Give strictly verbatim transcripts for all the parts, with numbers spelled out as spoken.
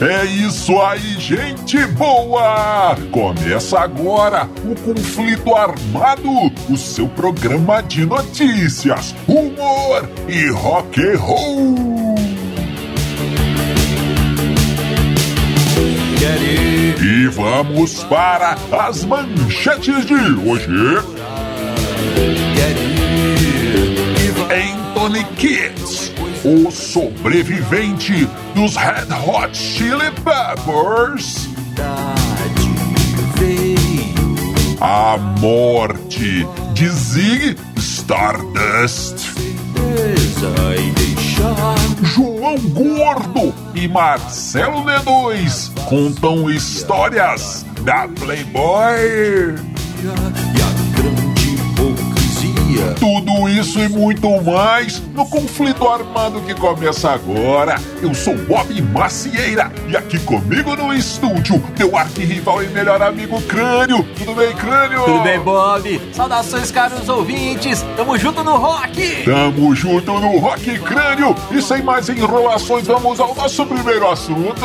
É isso aí, gente boa! Começa agora o Conflito Armado, o seu programa de notícias, humor e rock and roll. E vamos para as manchetes de hoje. Anthony Kiedis, o sobrevivente dos Red Hot Chili Peppers. A morte de Ziggy Stardust. João Gordo e Marcelo D dois contam histórias da Playboy. Tudo isso e muito mais no Conflito Armado que começa agora. Eu sou Bob Macieira e aqui comigo no estúdio, meu arquirrival e melhor amigo Crânio. Tudo bem, Crânio? Tudo bem, Bob? Saudações, caros ouvintes. Tamo junto no rock. Tamo junto no rock, Crânio. E sem mais enrolações, vamos ao nosso primeiro assunto.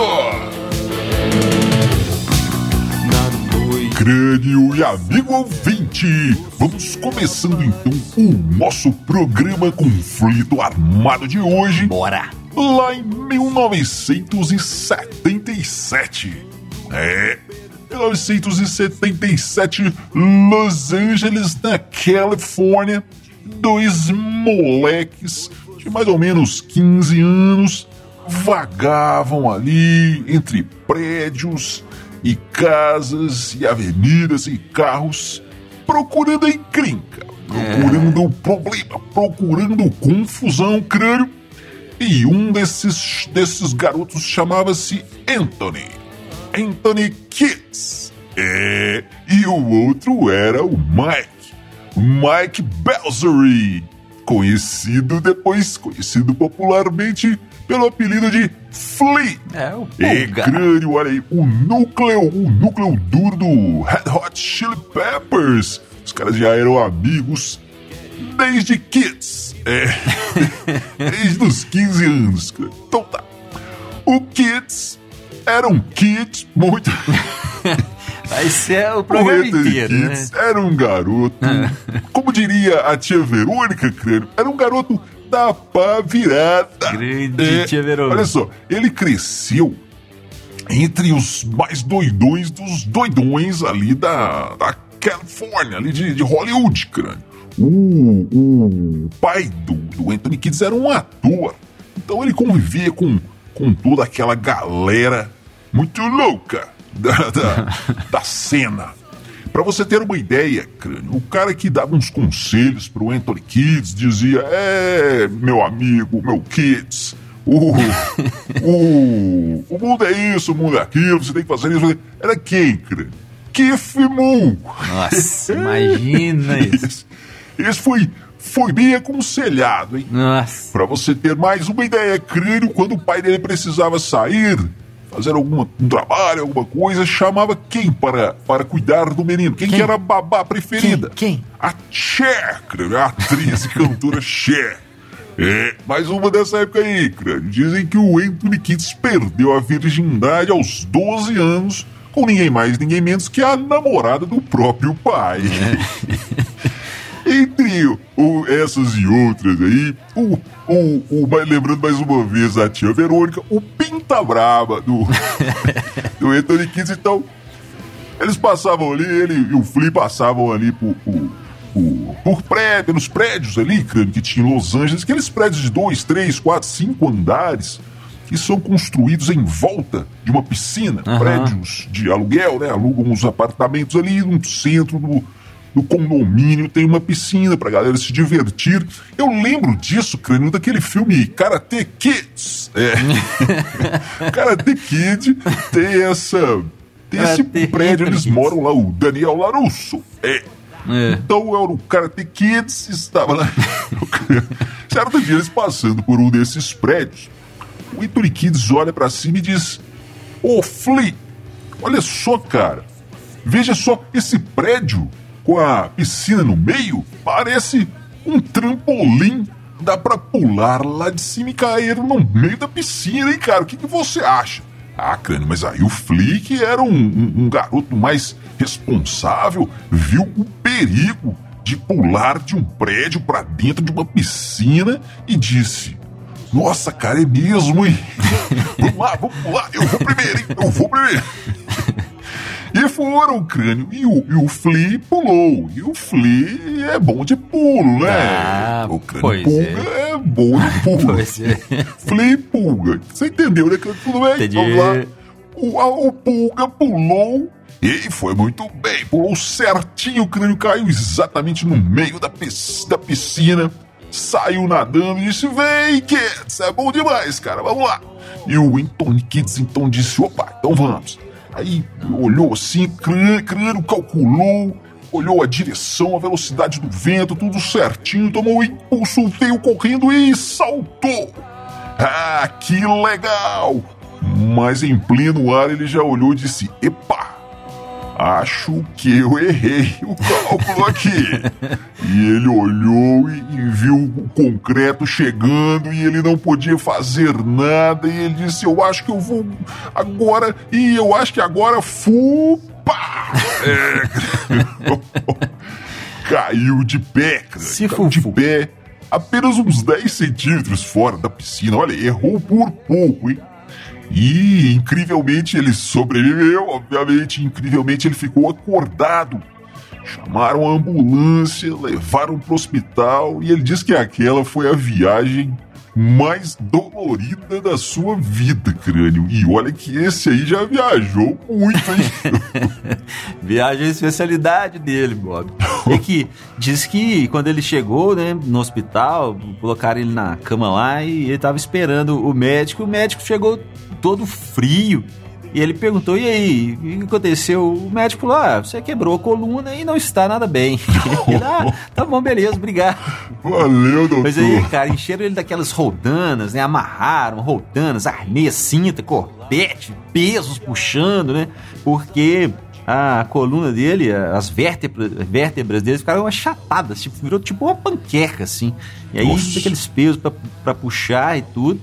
Crânio e amigo ouvinte, vamos começando então o nosso programa Conflito Armado de hoje. Bora! Lá em mil novecentos e setenta e sete. É, mil novecentos e setenta e sete, Los Angeles, na Califórnia, dois moleques de mais ou menos quinze anos vagavam ali entre prédios e casas e avenidas e carros, procurando encrenca, procurando é. problema, procurando confusão, Crânio. E um desses, desses garotos chamava-se Anthony. Anthony Kiedis. É, e o outro era o Mike. Mike Balzery, conhecido depois, conhecido popularmente pelo apelido de Flea. É, o E Crânio, olha aí, o núcleo, o núcleo duro do Red Hot Chili Peppers. Os caras já eram amigos desde kids. É, desde os quinze anos. Então tá. O Kiedis era um kid muito... Vai ser o programa o inteiro, né? Era um garoto, como diria a tia Verônica, Crânio, era um garoto da pá virada. Grande é, tia Verônica. Olha só, ele cresceu entre os mais doidões dos doidões ali da, da Califórnia, ali de, de Hollywood, Crânio. O, o pai do, do Anthony Kiedis era um ator, então ele convivia com, com toda aquela galera muito louca da, da, da cena. Pra você ter uma ideia, Crânio, o cara que dava uns conselhos pro Anthony Kiedis dizia: é, meu amigo, meu Kiedis, o, o, o mundo é isso, o mundo é aquilo, você tem que fazer isso. Era quem, Crânio? Keith Moon. Nossa, imagina isso. Esse foi, foi bem aconselhado, hein? Nossa. Pra você ter mais uma ideia, Crânio, quando o pai dele precisava sair, fazer alguma, um trabalho, alguma coisa, chamava quem para, para cuidar do menino? Quem, quem? que era a babá preferida? Quem? Quem? A Cher, Crânio, a atriz e cantora Cher. É, mais uma dessa época aí, Crânio. Dizem que o Anthony Kiedis perdeu a virgindade aos doze anos com ninguém mais, ninguém menos que a namorada do próprio pai. É. Entre o, essas e outras aí, o, o, o, lembrando mais uma vez a tia Verônica, o Pinta Braba do, do Anthony Kiedis. Então, eles passavam ali, ele e o Flea passavam ali por, por, por, por prédio, pelos prédios ali, que tinha em Los Angeles, aqueles prédios de dois, três, quatro, cinco andares, que são construídos em volta de uma piscina, uhum. Prédios de aluguel, né? Alugam uns apartamentos ali no centro do No condomínio tem uma piscina pra galera se divertir. Eu lembro disso, Crânio, daquele filme Karate Kids. É. Karate Kid tem essa. Tem esse prédio, eles moram lá, o Daniel LaRusso. É. É. Então era o Karate Kids, estava lá. Certo dia, eles passando por um desses prédios, o Anthony Kiedis olha pra cima e diz: Ô, oh, Flea, olha só, cara. Veja só esse prédio com a piscina no meio, parece um trampolim. Dá pra pular lá de cima e cair no meio da piscina, hein, cara? O que, que você acha? Ah, crânio, mas aí o Flea, que era um, um, um garoto mais responsável, viu o perigo de pular de um prédio para dentro de uma piscina e disse: nossa, cara, é mesmo, hein? Vamos lá, vamos pular, eu vou primeiro, hein? Eu vou primeiro. E foram, crânio, e o, e o Flea pulou. E o Flea é bom de pulo, né? Ah, o crânio pois pulga é. é bom de pulo. Pois é. Flea e pulga. Você entendeu, né, crânio? Tudo bem? Entendi. Vamos lá. O, a, o pulga pulou e foi muito bem. Pulou certinho, o crânio caiu exatamente no meio da, pis, da piscina. Saiu nadando e disse: vem, Kids, é bom demais, cara, vamos lá. E o Anthony Kids então disse: opa, então vamos. Aí olhou assim, crânio, crânio calculou, olhou a direção, a velocidade do vento, tudo certinho, tomou um impulso, veio correndo e saltou. Ah, que legal! Mas em pleno ar ele já olhou e disse: epa, acho que eu errei o cálculo aqui. E ele olhou e, e viu o concreto chegando e ele não podia fazer nada. E ele disse: eu acho que eu vou agora, e eu acho que agora fupa! É... Caiu de pé, cara. Se Caiu de fufu. pé, apenas uns dez centímetros fora da piscina. Olha, errou por pouco, hein? E, incrivelmente, ele sobreviveu, obviamente, incrivelmente ele ficou acordado. Chamaram a ambulância, levaram para o hospital e ele disse que aquela foi a viagem mais dolorida da sua vida, crânio. E olha que esse aí já viajou muito, hein? Viagem é a especialidade dele, Bob. É que diz que quando ele chegou, né, no hospital, colocaram ele na cama lá e ele tava esperando o médico. O médico chegou todo frio e ele perguntou: e aí, o que aconteceu? O médico falou: ah, você quebrou a coluna e não está nada bem. Ele: ah, tá bom, beleza, obrigado. Valeu, doutor. Mas aí, cara, encheram ele daquelas roldanas, né? Amarraram roldanas, armeia, cinta, corpete, pesos puxando, né? Porque a coluna dele, as vértebras, vértebras dele ficaram achatadas, tipo, virou tipo uma panqueca, assim. E aí, Nossa. aqueles pesos pra, pra puxar e tudo.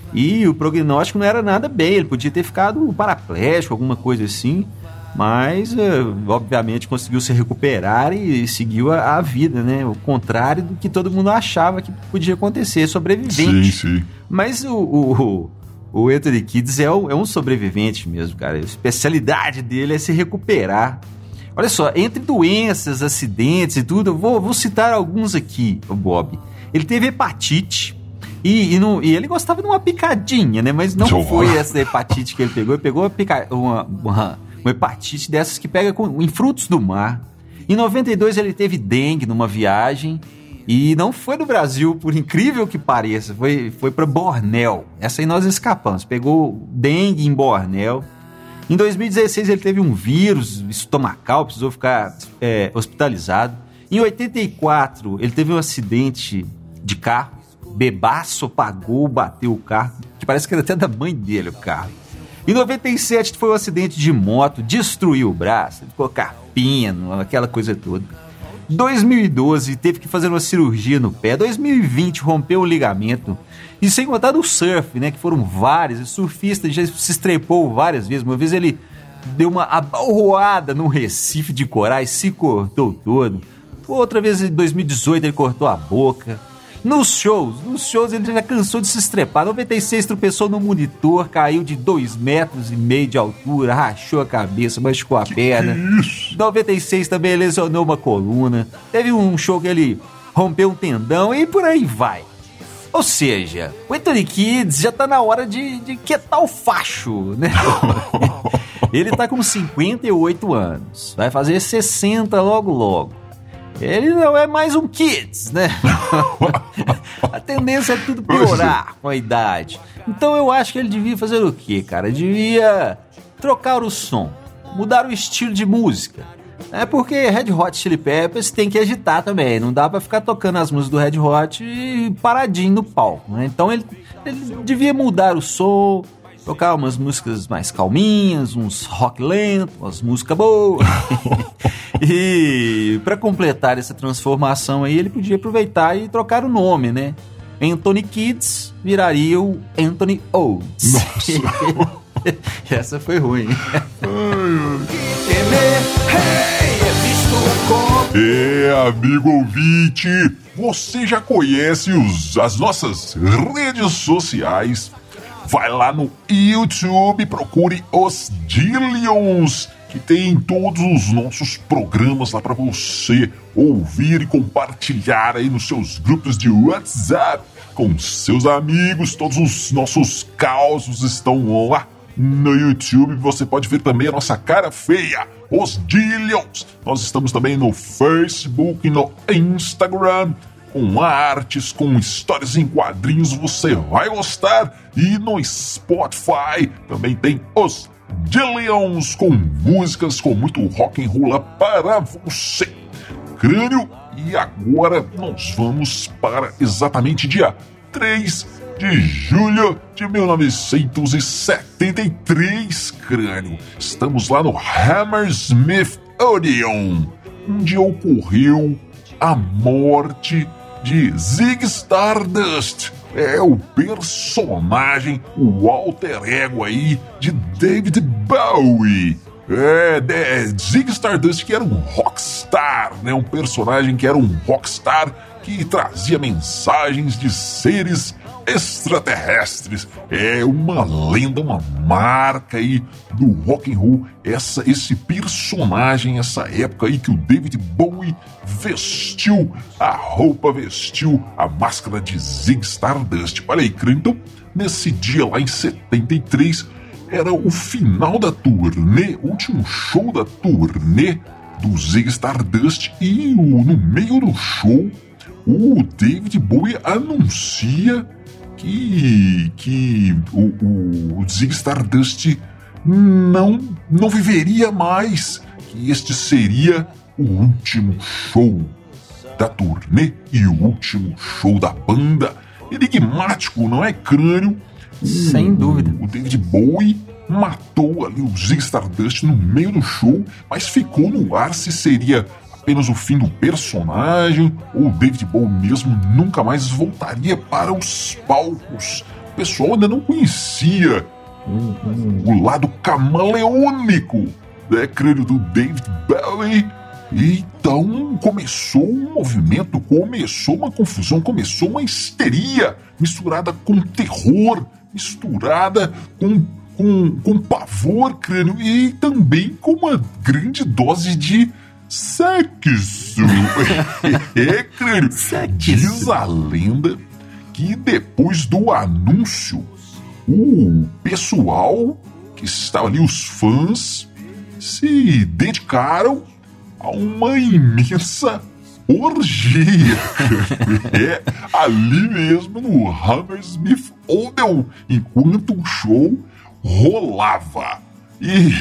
E o prognóstico não era nada bem, ele podia ter ficado paraplégico, alguma coisa assim. Mas, obviamente, conseguiu se recuperar e seguiu a, a vida, né? O contrário do que todo mundo achava que podia acontecer, sobrevivente. Sim, sim. Mas o, o, o Anthony Kids é, o, é um sobrevivente mesmo, cara. A especialidade dele é se recuperar. Olha só, entre doenças, acidentes e tudo, eu vou, vou citar alguns aqui, o Bob. Ele teve hepatite. E, e, não, e ele gostava de uma picadinha, né? Mas não Oh. foi essa hepatite que ele pegou. Ele pegou uma, pica, uma, uma, uma hepatite dessas que pega com, em frutos do mar. Em noventa e dois ele teve dengue numa viagem. E não foi no Brasil, por incrível que pareça. Foi, foi para Bornéu. Essa aí nós escapamos. Pegou dengue em Bornéu. Em dois mil e dezesseis ele teve um vírus estomacal, precisou ficar é, hospitalizado. Em oitenta e quatro ele teve um acidente de carro. Bebaço apagou, bateu o carro, que parece que era até da mãe dele o carro. Em noventa e sete foi um acidente de moto, destruiu o braço, ficou carpino, aquela coisa toda. dois mil e doze teve que fazer uma cirurgia no pé. dois mil e vinte rompeu o ligamento. E sem contar do surf, né, que foram vários, o surfista já se estrepou várias vezes. Uma vez ele deu uma abalroada num recife de corais, se cortou todo. Outra vez em dois mil e dezoito ele cortou a boca. Nos shows, nos shows ele já cansou de se estrepar. noventa e seis tropeçou no monitor, caiu de dois metros e meio de altura, rachou a cabeça, machucou a perna. Isso. noventa e seis também lesionou uma coluna. Teve um show que ele rompeu um tendão e por aí vai. Ou seja, o Anthony Kids já tá na hora de, de quietar o facho, né? Ele tá com cinquenta e oito anos, vai fazer sessenta logo logo. Ele não é mais um Kids, né? A tendência é tudo piorar com a idade. Então eu acho que ele devia fazer o quê, cara? Devia trocar o som, mudar o estilo de música. É porque Red Hot Chili Peppers tem que agitar também. Não dá pra ficar tocando as músicas do Red Hot e paradinho no palco, né? Então ele, ele devia mudar o som, tocar umas músicas mais calminhas, uns rock lento, umas músicas boas. E para completar essa transformação aí, ele podia aproveitar e trocar o nome, né? Anthony Kids viraria o Anthony Oates. Nossa. Essa foi ruim. É, amigo ouvinte, você já conhece os, as nossas redes sociais? Vai lá no YouTube, procure os Dillions, que tem todos os nossos programas lá para você ouvir e compartilhar aí nos seus grupos de WhatsApp com seus amigos. Todos os nossos causos estão lá no YouTube. Você pode ver também a nossa cara feia, os Dillions. Nós estamos também no Facebook e no Instagram, com artes, com histórias em quadrinhos, você vai gostar. E no Spotify também tem os Dillions, com músicas, com muito rock and roll para você. Crânio, e agora nós vamos para exatamente dia três de julho de mil novecentos e setenta e três, Crânio. Estamos lá no Hammersmith Odeon, onde ocorreu a morte de Ziggy Stardust. É o personagem, o alter ego aí de David Bowie. É, é Ziggy Stardust, que era um rockstar, né? Um personagem que era um rockstar que trazia mensagens de seres extraterrestres. É uma lenda, uma marca aí do rock and roll, essa, esse personagem, essa época aí que o David Bowie vestiu a roupa, vestiu a máscara de Ziggy Stardust. Olha aí, então, nesse dia lá em setenta e três, era o final da turnê, o último show da turnê do Ziggy Stardust, e o, no meio do show, o David Bowie anuncia que, que o, o, o Ziggy Stardust não, não viveria mais, que este seria o último show da turnê e o último show da banda. Enigmático, não é, Crânio? Sem dúvida. O David Bowie matou ali o Ziggy Stardust no meio do show, mas ficou no ar se seria apenas o fim do personagem ou o David Bowie mesmo nunca mais voltaria para os palcos. O pessoal ainda não conhecia o, o, o lado camaleônico, né, crânio do David Bowie. Então começou um movimento, começou uma confusão, começou uma histeria misturada com terror, misturada com, com, com pavor, crânio, e também com uma grande dose de sexo. É, crânio. Diz a lenda que depois do anúncio, o pessoal que estava ali, os fãs, se dedicaram a uma imensa orgia. É, ali mesmo no Hammersmith Odeon, enquanto o show rolava. E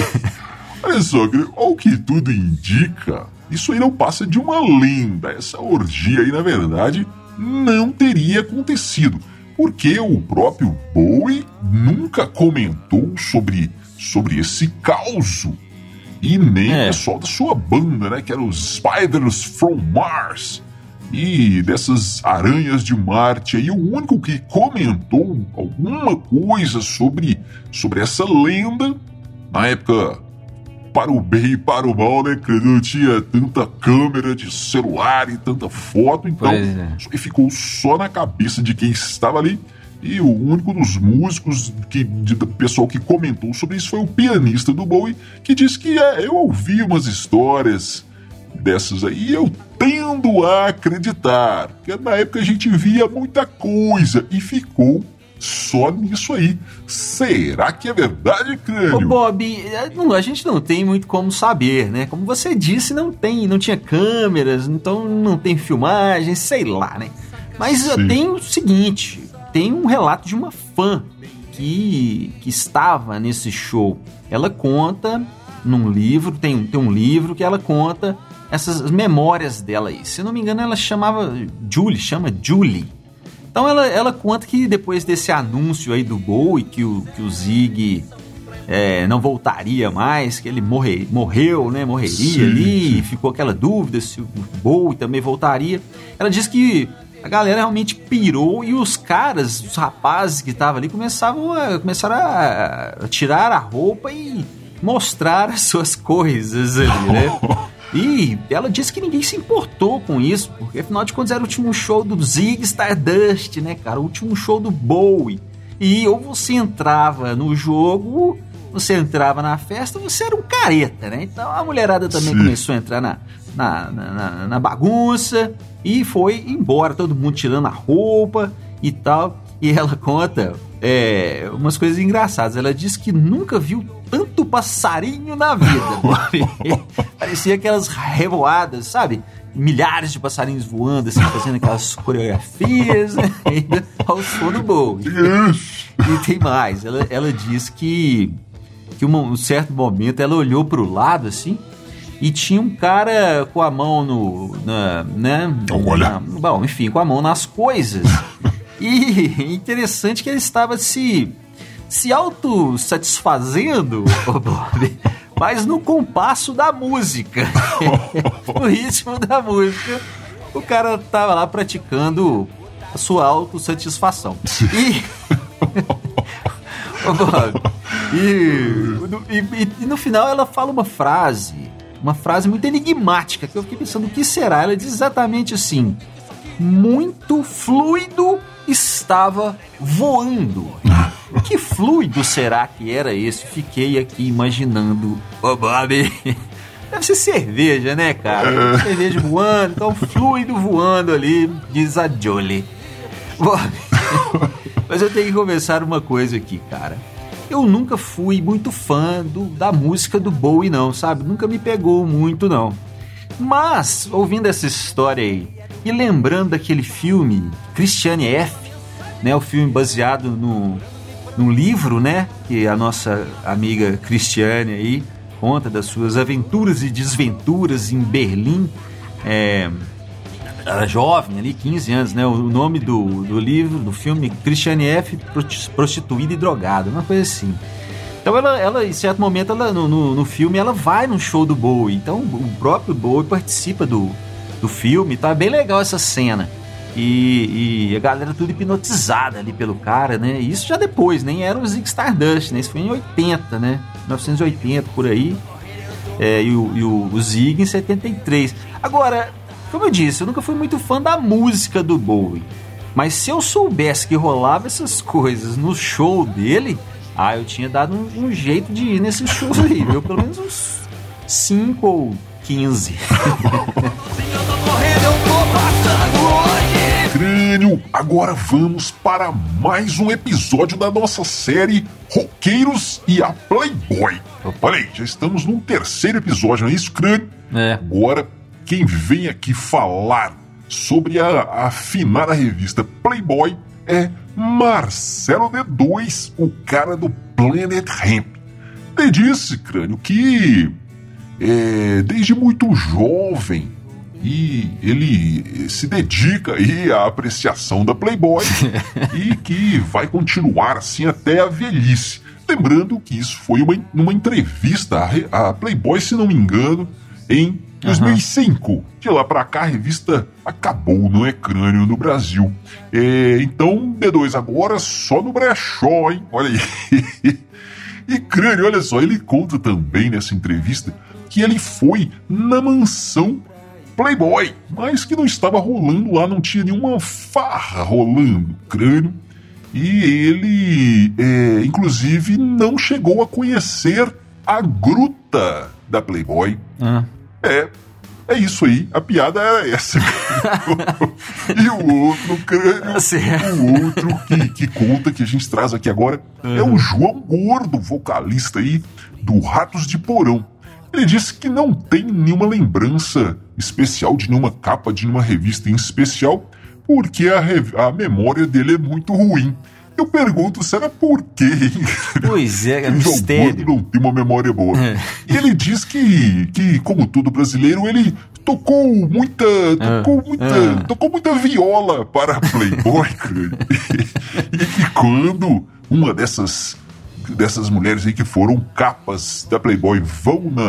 olha só, ao que tudo indica, isso aí não passa de uma lenda. Essa orgia aí, na verdade, não teria acontecido, porque o próprio Bowie nunca comentou sobre, sobre esse caso. E nem é. o pessoal da sua banda, né? Que eram os Spiders from Mars. E dessas aranhas de Marte aí, o único que comentou alguma coisa sobre, sobre essa lenda, na época, para o bem e para o mal, né? Que não tinha tanta câmera de celular e tanta foto, então é. ficou só na cabeça de quem estava ali. E o único dos músicos, que, de, do pessoal que comentou sobre isso foi o pianista do Bowie, que disse que é, eu ouvi umas histórias dessas aí e eu tendo a acreditar, que na época a gente via muita coisa e ficou só nisso aí. Será que é verdade, Crânio? Ô Bob, a gente não tem muito como saber, né? Como você disse, não tem, não tinha câmeras, então não tem filmagem, sei lá, né? Mas Sim. tem o seguinte... Tem um relato de uma fã que, que estava nesse show. Ela conta num livro, tem, tem um livro que ela conta essas memórias dela aí. Se eu não me engano, ela chamava Julie, chama Julie. Então ela, ela conta que depois desse anúncio aí do Bowie, que o, que o Ziggy é, não voltaria mais, que ele morre, morreu, né? Morreria sim, ali, sim. E ficou aquela dúvida se o Bowie também voltaria. Ela diz que a galera realmente pirou e os caras, os rapazes que estavam ali começavam a, começaram a, a tirar a roupa e mostrar as suas coisas ali, né? E ela disse que ninguém se importou com isso, porque afinal de contas era o último show do Ziggy Stardust, né, cara? O último show do Bowie. E ou você entrava no jogo, você entrava na festa, você era um careta, né? Então a mulherada também Sim. começou a entrar na, na, na, na bagunça e foi embora, todo mundo tirando a roupa e tal. E ela conta é, umas coisas engraçadas. Ela disse que nunca viu tanto passarinho na vida. Parecia aquelas revoadas, sabe? Milhares de passarinhos voando, assim, fazendo aquelas coreografias, né? Ao som do Bowie. E tem mais. Ela, ela diz que, que um, um certo momento ela olhou pro lado, assim, e tinha um cara com a mão no... Na, né? Olha. Na, bom, enfim, com a mão nas coisas. E interessante que ele estava se, se auto-satisfazendo, Bob, mas no compasso da música, no ritmo da música, o cara estava lá praticando a sua autossatisfação. E, Bob, e, e, e no final ela fala uma frase, uma frase muito enigmática, que eu fiquei pensando, o que será? Ela diz exatamente assim: muito fluido estava voando. Que fluido será que era esse? Fiquei aqui imaginando. Ô, oh, Bob, deve ser cerveja, né, cara? Cerveja voando, então fluido voando ali, diz a Jolie. Bob, mas eu tenho que conversar uma coisa aqui, cara. Eu nunca fui muito fã do, da música do Bowie, não, sabe? Nunca me pegou muito, não. Mas, ouvindo essa história aí, e lembrando daquele filme, Christiane F., né, o filme baseado no, no livro, né, que a nossa amiga Christiane aí conta das suas aventuras e desventuras em Berlim, é, era jovem ali, quinze anos, né, o nome do, do livro, do filme, Christiane F., Prostituída e Drogada, uma coisa assim. Então ela, ela em certo momento, ela, no, no, no filme, ela vai no show do Bowie, então o próprio Bowie participa do do filme, tá bem legal essa cena. E, e a galera tudo hipnotizada ali pelo cara, né? E isso já depois, nem era o Ziggy Stardust, né? Isso foi em oitenta, né? mil novecentos e oitenta, por aí. É, e o, e o, o Ziggy em setenta e três. Agora, como eu disse, eu nunca fui muito fã da música do Bowie. Mas se eu soubesse que rolava essas coisas no show dele, ah, eu tinha dado um, um jeito de ir nesses shows aí, viu? Pelo menos uns cinco ou quinze. Crânio, agora vamos para mais um episódio da nossa série Roqueiros e a Playboy. Olha aí, já estamos num terceiro episódio, não é isso, Crânio? É. Agora, quem vem aqui falar sobre a, a afinada revista Playboy é Marcelo D dois, o cara do Planet Hemp. Ele disse, Crânio, que é, desde muito jovem e ele se dedica aí à apreciação da Playboy e que vai continuar assim até a velhice. Lembrando que isso foi uma, uma entrevista à Playboy, se não me engano, em dois mil e cinco. Uhum. De lá pra cá a revista acabou, não é, Crânio, no Brasil. É, então, D dois agora só no brechó, hein? Olha aí. E Crânio, olha só, ele conta também nessa entrevista que ele foi na mansão Playboy, mas que não estava rolando lá, não tinha nenhuma farra rolando, Crânio. E ele, é, inclusive, não chegou a conhecer a gruta da Playboy. Ah. É, é isso aí, a piada era essa. E o outro, Crânio, o outro que, que conta, que a gente traz aqui agora, uhum. é o João Gordo, vocalista aí do Ratos de Porão. Ele disse que não tem nenhuma lembrança especial de nenhuma capa de nenhuma revista em especial, porque a, rev- a memória dele é muito ruim. Eu pergunto, será por quê? Pois é, é um João mistério. Gordo não tem uma memória boa. É. E ele diz que, que, como todo brasileiro, ele tocou muita, tocou ah. muita, ah. tocou muita viola para a Playboy, e que quando uma dessas dessas mulheres aí que foram capas da Playboy vão na,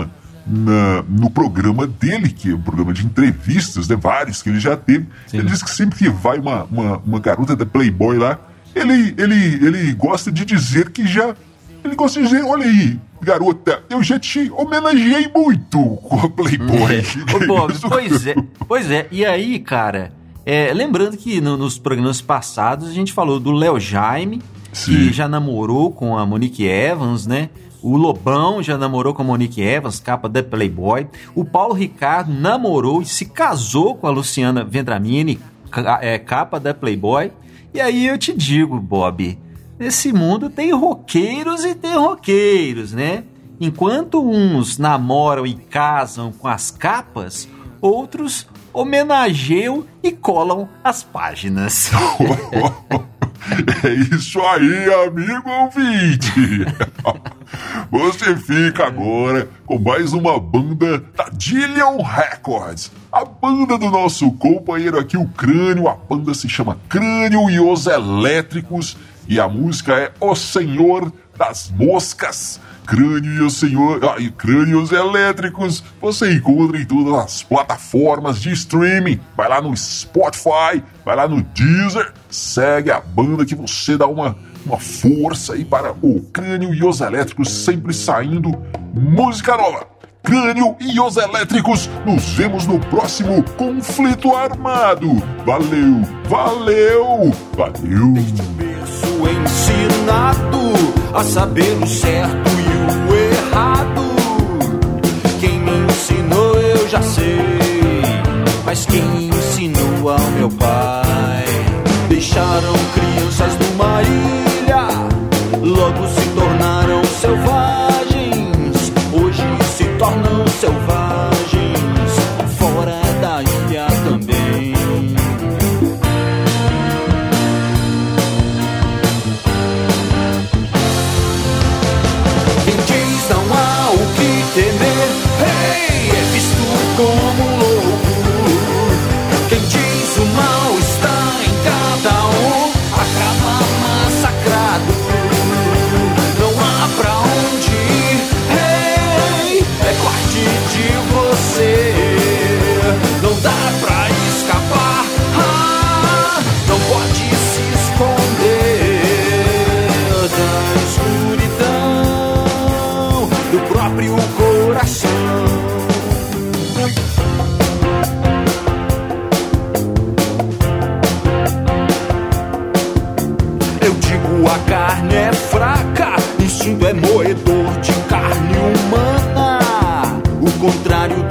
na, no programa dele, que é um programa de entrevistas, né, vários que ele já teve. Sim. Ele diz que sempre que vai uma, uma, uma garota da Playboy lá, ele, ele, ele gosta de dizer que já... Ele gosta de dizer, olha aí, garota, eu já te homenageei muito com a Playboy. É. Bob, pois é, pois é. E aí, cara, é, lembrando que no, nos programas passados a gente falou do Léo Jaime, Sim. que já namorou com a Monique Evans, né? O Lobão já namorou com a Monique Evans, capa da Playboy. O Paulo Ricardo namorou e se casou com a Luciana Vendramini, é, capa da Playboy. E aí eu te digo, Bob, nesse mundo tem roqueiros e tem roqueiros, né? Enquanto uns namoram e casam com as capas, outros homenageiam e colam as páginas. É isso aí, amigo ouvinte. Você fica agora com mais uma banda da Dillion Records, a banda do nosso companheiro aqui, o Crânio. A banda se chama Crânio e os Elétricos e a música é O Senhor das Moscas. Crânio e o Senhor... Ah, e Crânio e os Elétricos você encontra em todas as plataformas de streaming. Vai lá no Spotify, vai lá no Deezer, segue a banda que você dá uma, uma força aí para o Crânio e os Elétricos, sempre saindo música nova. Crânio e os Elétricos, nos vemos no próximo Conflito Armado. Valeu, valeu, valeu. Desde o berço ensinado a saber o certo e o errado. Quem me ensinou eu já sei, mas quem ensinou ao meu pai? Deixaram crianças numa ilha, logo se tornaram selvagens. Hoje se tornam selvagens fora da ilha também. Quem diz não há o que temer, hey, é visto como louco. Quem diz o mal está em cada um, acaba massacrado. Não há pra onde ir, hey, é parte de você. Não dá pra escapar, ah, não pode se esconder da escuridão do próprio coração. Eu digo a carne é fraca, instinto é moedor de carne humana. O contrário